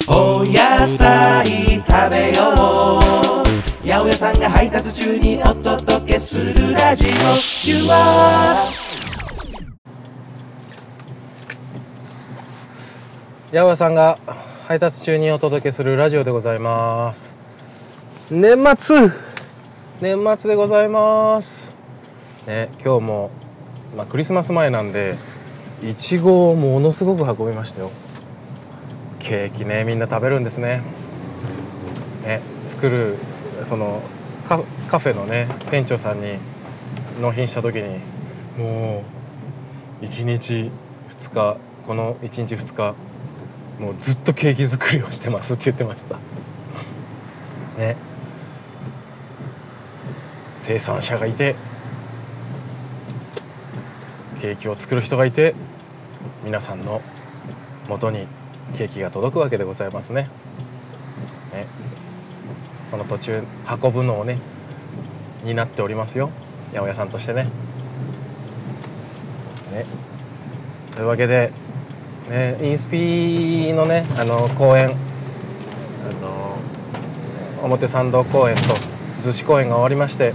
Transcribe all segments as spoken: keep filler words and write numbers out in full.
お野菜食べよう。八百屋さんが配達中にお届けするラジオ You are。 八百屋さんが配達中にお届けするラジオでございます。年末年末でございますね。今日も、まあ、クリスマス前なんでいちごをものすごく運びましたよ。ケーキね、みんな食べるんですね。ね、作るその カ, カフェのね店長さんに納品した時に、もういちにちふつか、このいちにちふつかもうずっとケーキ作りをしてますって言ってましたね。生産者がいて、ケーキを作る人がいて、皆さんの元にケーキが届くわけでございますね。ね、その途中運ぶのをね担っておりますよ、八百屋さんとしてね。ね、というわけで、ね、インスピのねあの公演、あの表参道公演と逗子公演が終わりまして、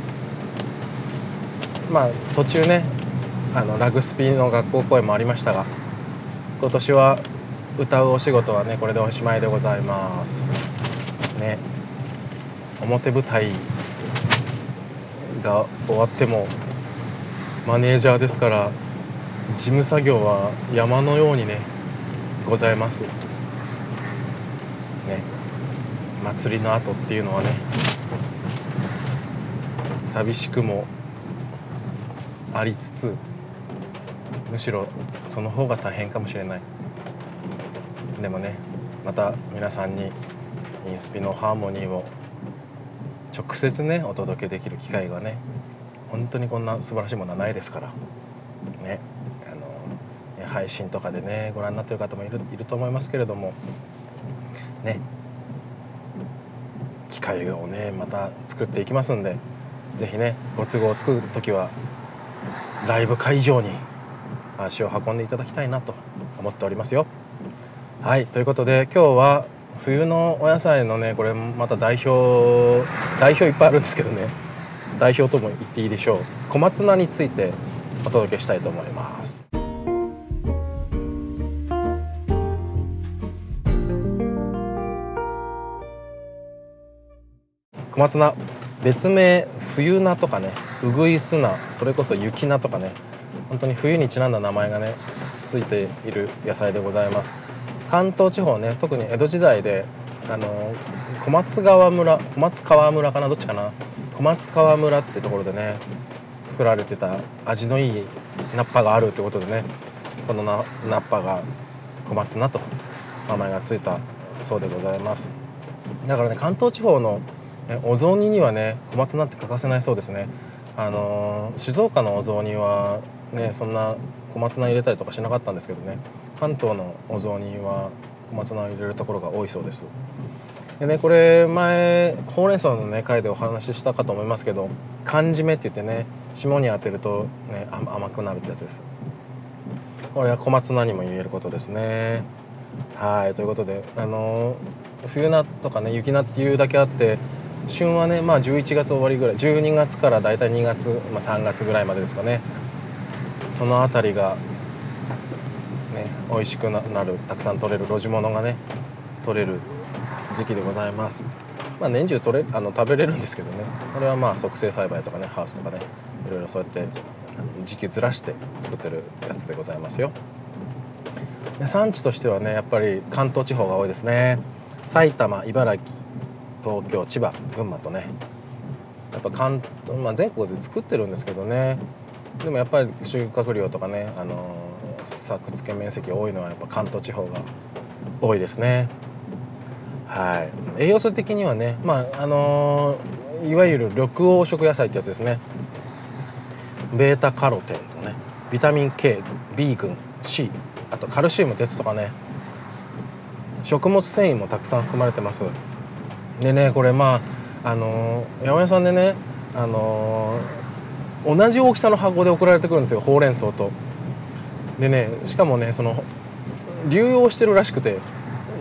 まあ途中ねあのラグスピの学校公演もありましたが、今年は歌うお仕事はねこれでおしまいでございますね。表舞台が終わってもマネージャーですから、事務作業は山のようにねございますね。祭りの後っていうのはね、寂しくもありつつ、むしろその方が大変かもしれない。でもね、また皆さんにインスピのハーモニーを直接ねお届けできる機会がね、本当にこんな素晴らしいものはないですからね。あの配信とかでねご覧になっている方もいる、いると思いますけれどもね、機会をねまた作っていきますんで、ぜひねご都合をつくときはライブ会場に足を運んでいただきたいなと思っておりますよ。はい、ということで今日は冬のお野菜のね、これまた代表代表いっぱいあるんですけどね、代表とも言っていいでしょう、小松菜についてお届けしたいと思います。小松菜、別名冬菜とかね、うぐいす菜、それこそ雪菜とかね、本当に冬にちなんだ名前がねついている野菜でございます。関東地方ね、特に江戸時代であの小松川村小松川村かな、どっちかな、小松川村ってところでね作られてた味のいい菜っぱがあるってことでね、この菜菜っぱが小松菜と名前がついたそうでございます。だからね、関東地方のお雑煮にはね小松菜って欠かせないそうですね。あの静岡のお雑煮はねそんな小松菜入れたりとかしなかったんですけどね、関東のお雑煮は小松菜を入れるところが多いそうです。でね、これ前ほうれん草のね回でお話ししたかと思いますけど、寒締めって言ってね霜に当てるとね甘くなるってやつです。これは小松菜にも言えることですね。はい、ということで、あの冬菜とかね雪菜っていうだけあって、旬はねまあじゅういちがつ終わりぐらい、じゅうにがつからだいたいにがつ、まあ、さんがつぐらいまでですかね。そのあたりがね美味しくなる、たくさん取れる露地物がね取れる時期でございます。まあ年中取れあの食べれるんですけどね、これはまあ促成栽培とかねハウスとかねいろいろそうやって時期ずらして作ってるやつでございますよ。で産地としてはねやっぱり関東地方が多いですね。埼玉、茨城、東京、千葉、群馬とね、やっぱ関東、まあ、全国で作ってるんですけどね、でもやっぱり収穫量とかね、あの作付け面積多いのはやっぱ関東地方が多いですね。はい、栄養素的にはね、まああのいわゆる緑黄色野菜ってやつですね。ベータカロテンとね、ビタミン K、B 群、C、あとカルシウム、鉄とかね、食物繊維もたくさん含まれてます。でね、これまああの八百屋さんでね、あの同じ大きさの箱で送られてくるんですよ、ほうれん草と。でね、しかもねその流用してるらしくて、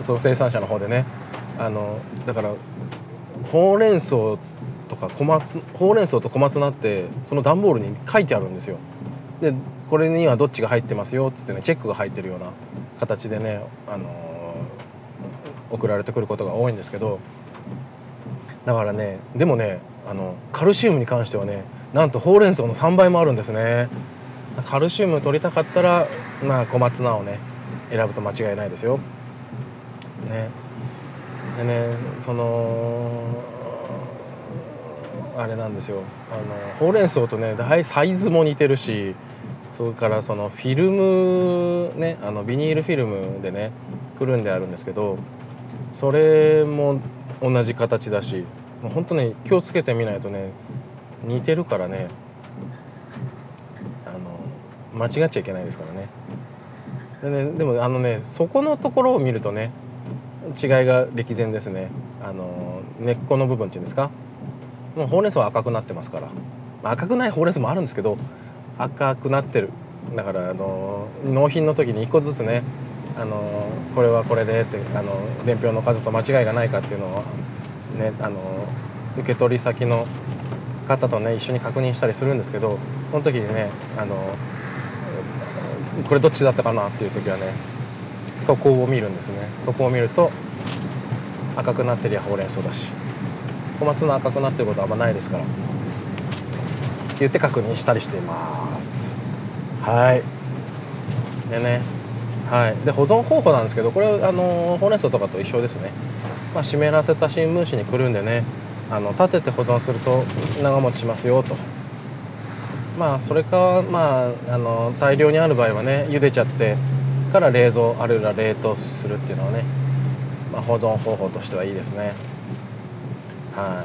その生産者の方でね、あのだからほうれん草とか小松ほうれん草と小松菜ってその段ボールに書いてあるんですよ。でこれにはどっちが入ってますよっつってね、チェックが入ってるような形でね、あのー、送られてくることが多いんですけど、だからね、でもね、あのカルシウムに関してはね、なんとほうれん草のさんばいもあるんですね。カルシウム取りたかったら、まあ、小松菜をね選ぶと間違いないですよ。ね、でね、そのあれなんですよ、あのほうれん草とね大サイズも似てるし、それからそのフィルムね、あのビニールフィルムでねくるんであるんですけど、それも同じ形だし、もう本当ね気をつけてみないとね、似てるからね、あの間違っちゃいけないですからね。でね、でもあのね、そこのところを見るとね違いが歴然ですね。あの根っこの部分っていうんですか、もうほうれん草は赤くなってますから、赤くないほうれん草もあるんですけど赤くなってる。だからあの納品の時にいっこずつね、あのこれはこれでってあの伝票の数と間違いがないかっていうのをね、あの受け取り先の方とね一緒に確認したりするんですけど、その時にね、あのこれどっちだったかなっていう時はね、そこを見るんですね。そこを見ると赤くなってりゃほうれん草だし、小松菜赤くなってることはあんまないですからって言って確認したりしています。はい。でね、はい。で保存方法なんですけど、これあのほうれん草とかと一緒ですね。まあ、湿らせた新聞紙にくるんでね、あの立てて保存すると長持ちしますよと。まあそれか、まあ、あの大量にある場合はね、茹でちゃってから冷蔵あるいは冷凍するっていうのはね、まあ、保存方法としてはいいですね。はい。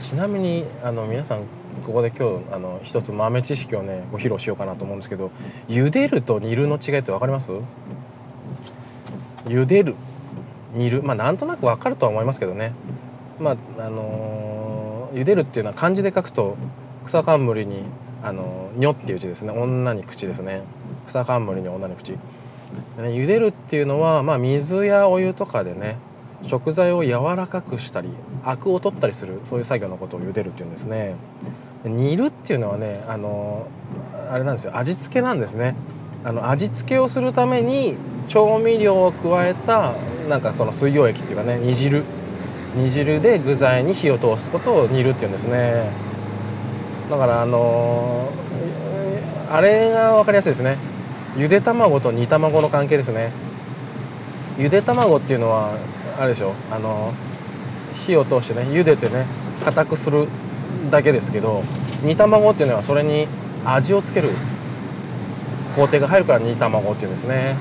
ちなみにあの皆さんここで今日あの一つ豆知識をねご披露しようかなと思うんですけど、茹でると煮るの違いって分かります？茹でる、煮る、まあなんとなく分かるとは思いますけどね。まああのー、茹でるっていうのは漢字で書くと草冠にあの「にょ」っていう字ですね。女に口ですね。草冠に女に口。でね、茹でるっていうのは、まあ、水やお湯とかでね食材を柔らかくしたりアクを取ったりする、そういう作業のことを茹でるっていうんですね。で煮るっていうのはね、あのあれなんですよ、味付けなんですね。あの味付けをするために調味料を加えたなんかその水溶液っていうかね、煮汁煮汁で具材に火を通すことを煮るっていうんですね。だからあのー、あれが分かりやすいですね。ゆで卵と煮卵の関係ですね。ゆで卵っていうのはあれでしょ、あのー、火を通してね茹でてね硬くするだけですけど、煮卵っていうのはそれに味をつける工程が入るから煮卵っていうんですね。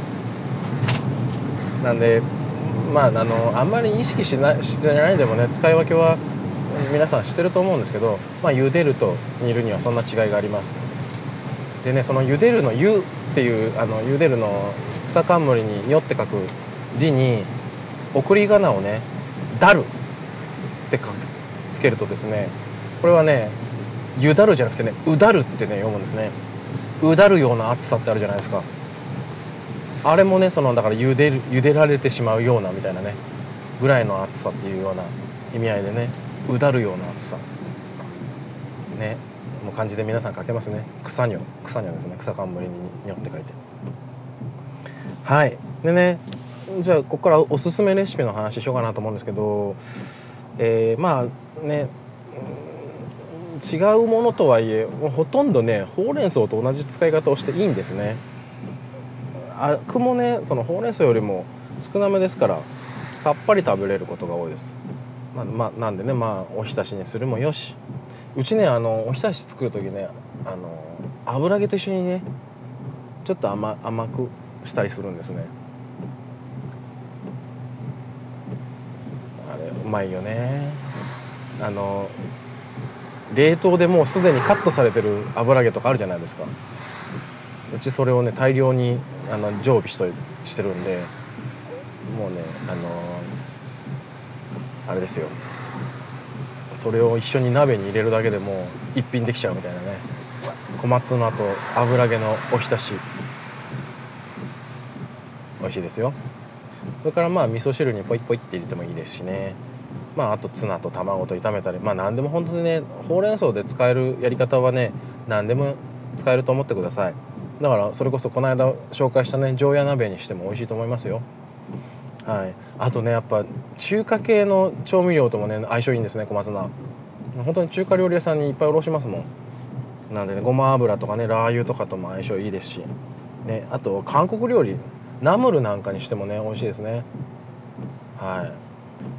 なんでまああのあんまり意識しないしてないでもね、使い分けは皆さんしてると思うんですけど、まあ、茹でると煮るにはそんな違いがあります。でね、その茹でるの「ゆ」っていうあの茹でるの草冠に「にょ」って書く字に送り仮名をね「だる」ってつけるとですね、これはね「ゆだる」じゃなくてね「うだる」ってね読むんですね。うだるような熱さってあるじゃないですか。あれもね、そのだから茹でる茹でられてしまうようなみたいなねぐらいの熱さっていうような意味合いでね、うだるような熱さね、もう漢字で皆さん書けますね。草にょ、草にょですね。草冠ににょって書いて。はい。でね、じゃあここからおすすめレシピの話しようかなと思うんですけど、えー、まあね、違うものとはいえほとんどねほうれん草と同じ使い方をしていいんですね。アクもねそのほうれん草よりも少なめですからさっぱり食べれることが多いです。まあ、まあ、なんでね、まあおひたしにするもよし、うちねあのおひたし作る時ねあの油揚げと一緒にねちょっと 甘, 甘くしたりするんですね。あれうまいよね。あの冷凍でもうすでにカットされてる油揚げとかあるじゃないですか。うちそれをね大量にあの常備しとしてるんで、もうねあのあれですよ、それを一緒に鍋に入れるだけでもう一品できちゃうみたいなね。小松菜と油揚げのおひたし美味しいですよ。 それからまあ味噌汁にポイポイって入れてもいいですしね。まああとツナと卵と炒めたり、まあ何でも本当にね、ほうれん草で使えるやり方はね何でも使えると思ってください。だからそれこそこの間紹介したね常夜鍋にしても美味しいと思いますよ。はい、あとねやっぱ中華系の調味料ともね相性いいんですね、小松菜。本当に中華料理屋さんにいっぱいおろしますもん。なんでね、ごま油とかねラー油とかとも相性いいですし、ね、あと韓国料理ナムルなんかにしてもね美味しいですね。はい。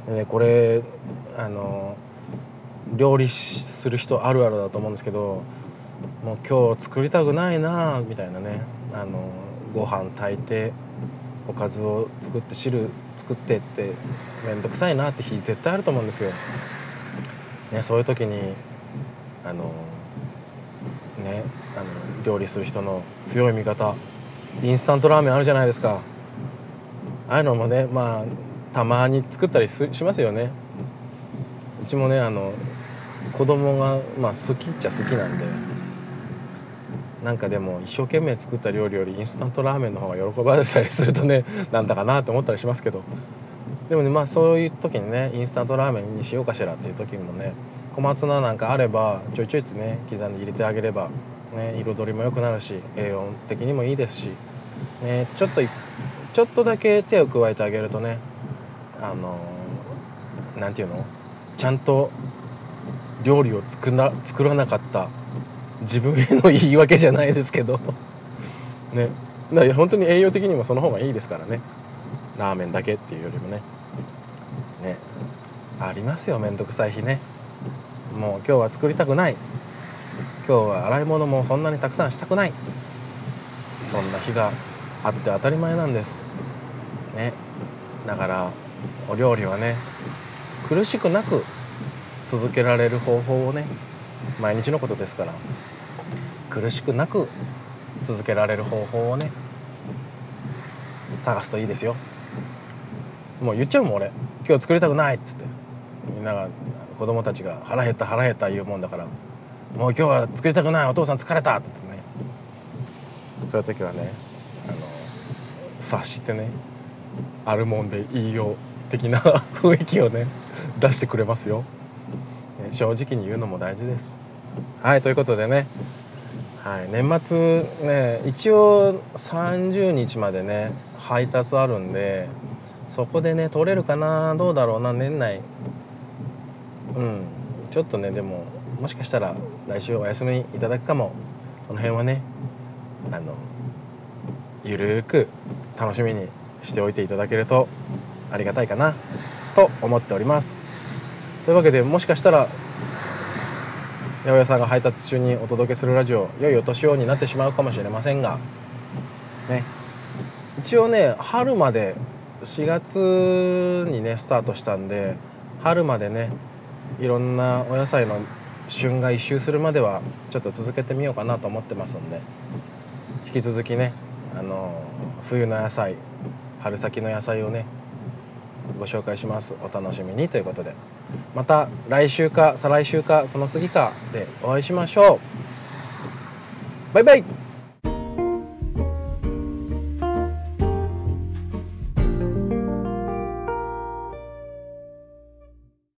でね、これあの料理する人あるあるだと思うんですけど、もう今日作りたくないなみたいなね、あのご飯炊いておかずを作って汁作ってって面倒くさいなって日絶対あると思うんですよ。ね、そういう時にあのねあの料理する人の強い味方、インスタントラーメンあるじゃないですか。ああいうのもねまあたまに作ったりしますよね。うちもねあの子供がまあ好きっちゃ好きなんで、なんかでも一生懸命作った料理よりインスタントラーメンの方が喜ばれたりするとねなんだかなと思ったりしますけど、でもねまあそういう時にねインスタントラーメンにしようかしらっていう時にもね、小松菜なんかあればちょいちょいとね刻んで入れてあげればね、彩りも良くなるし栄養的にもいいですし、ね、ちょっとちょっとだけ手を加えてあげるとね、あのなんていうの、ちゃんと料理を作ら、作らなかった自分への言い訳じゃないですけどね、だから本当に栄養的にもその方がいいですからね、ラーメンだけっていうよりもね。ね、ありますよめんどくさい日ね。もう今日は作りたくない、今日は洗い物もそんなにたくさんしたくない、そんな日があって当たり前なんですね。だからお料理はね苦しくなく続けられる方法をね、毎日のことですから苦しくなく続けられる方法をね探すといいですよ。もう言っちゃうもん俺、今日作りたくないっつって、みんなが子供たちが腹減った腹減った言うもんだから、もう今日は作りたくない、お父さん疲れたって言ってね、そういう時はねあの察してね、あるもんでいいよ的な雰囲気をね出してくれますよ。正直に言うのも大事です。はい、ということでね、はい、年末ね一応さんじゅうにちまでね配達あるんで、そこでね取れるかな、どうだろうな、年内うんちょっとね、でももしかしたら来週お休みいただくかも。その辺はねあのゆるーく楽しみにしておいていただけるとありがたいかなと思っております。というわけで、もしかしたら八百屋さんが配達中にお届けするラジオ、良いお年をになってしまうかもしれませんがね、一応ね春までしがつにねスタートしたんで、春までねいろんなお野菜の旬が一周するまではちょっと続けてみようかなと思ってますんで、引き続きねあの冬の野菜、春先の野菜をねご紹介します。お楽しみにということで、また来週か再来週かその次かでお会いしましょう。バイバイ。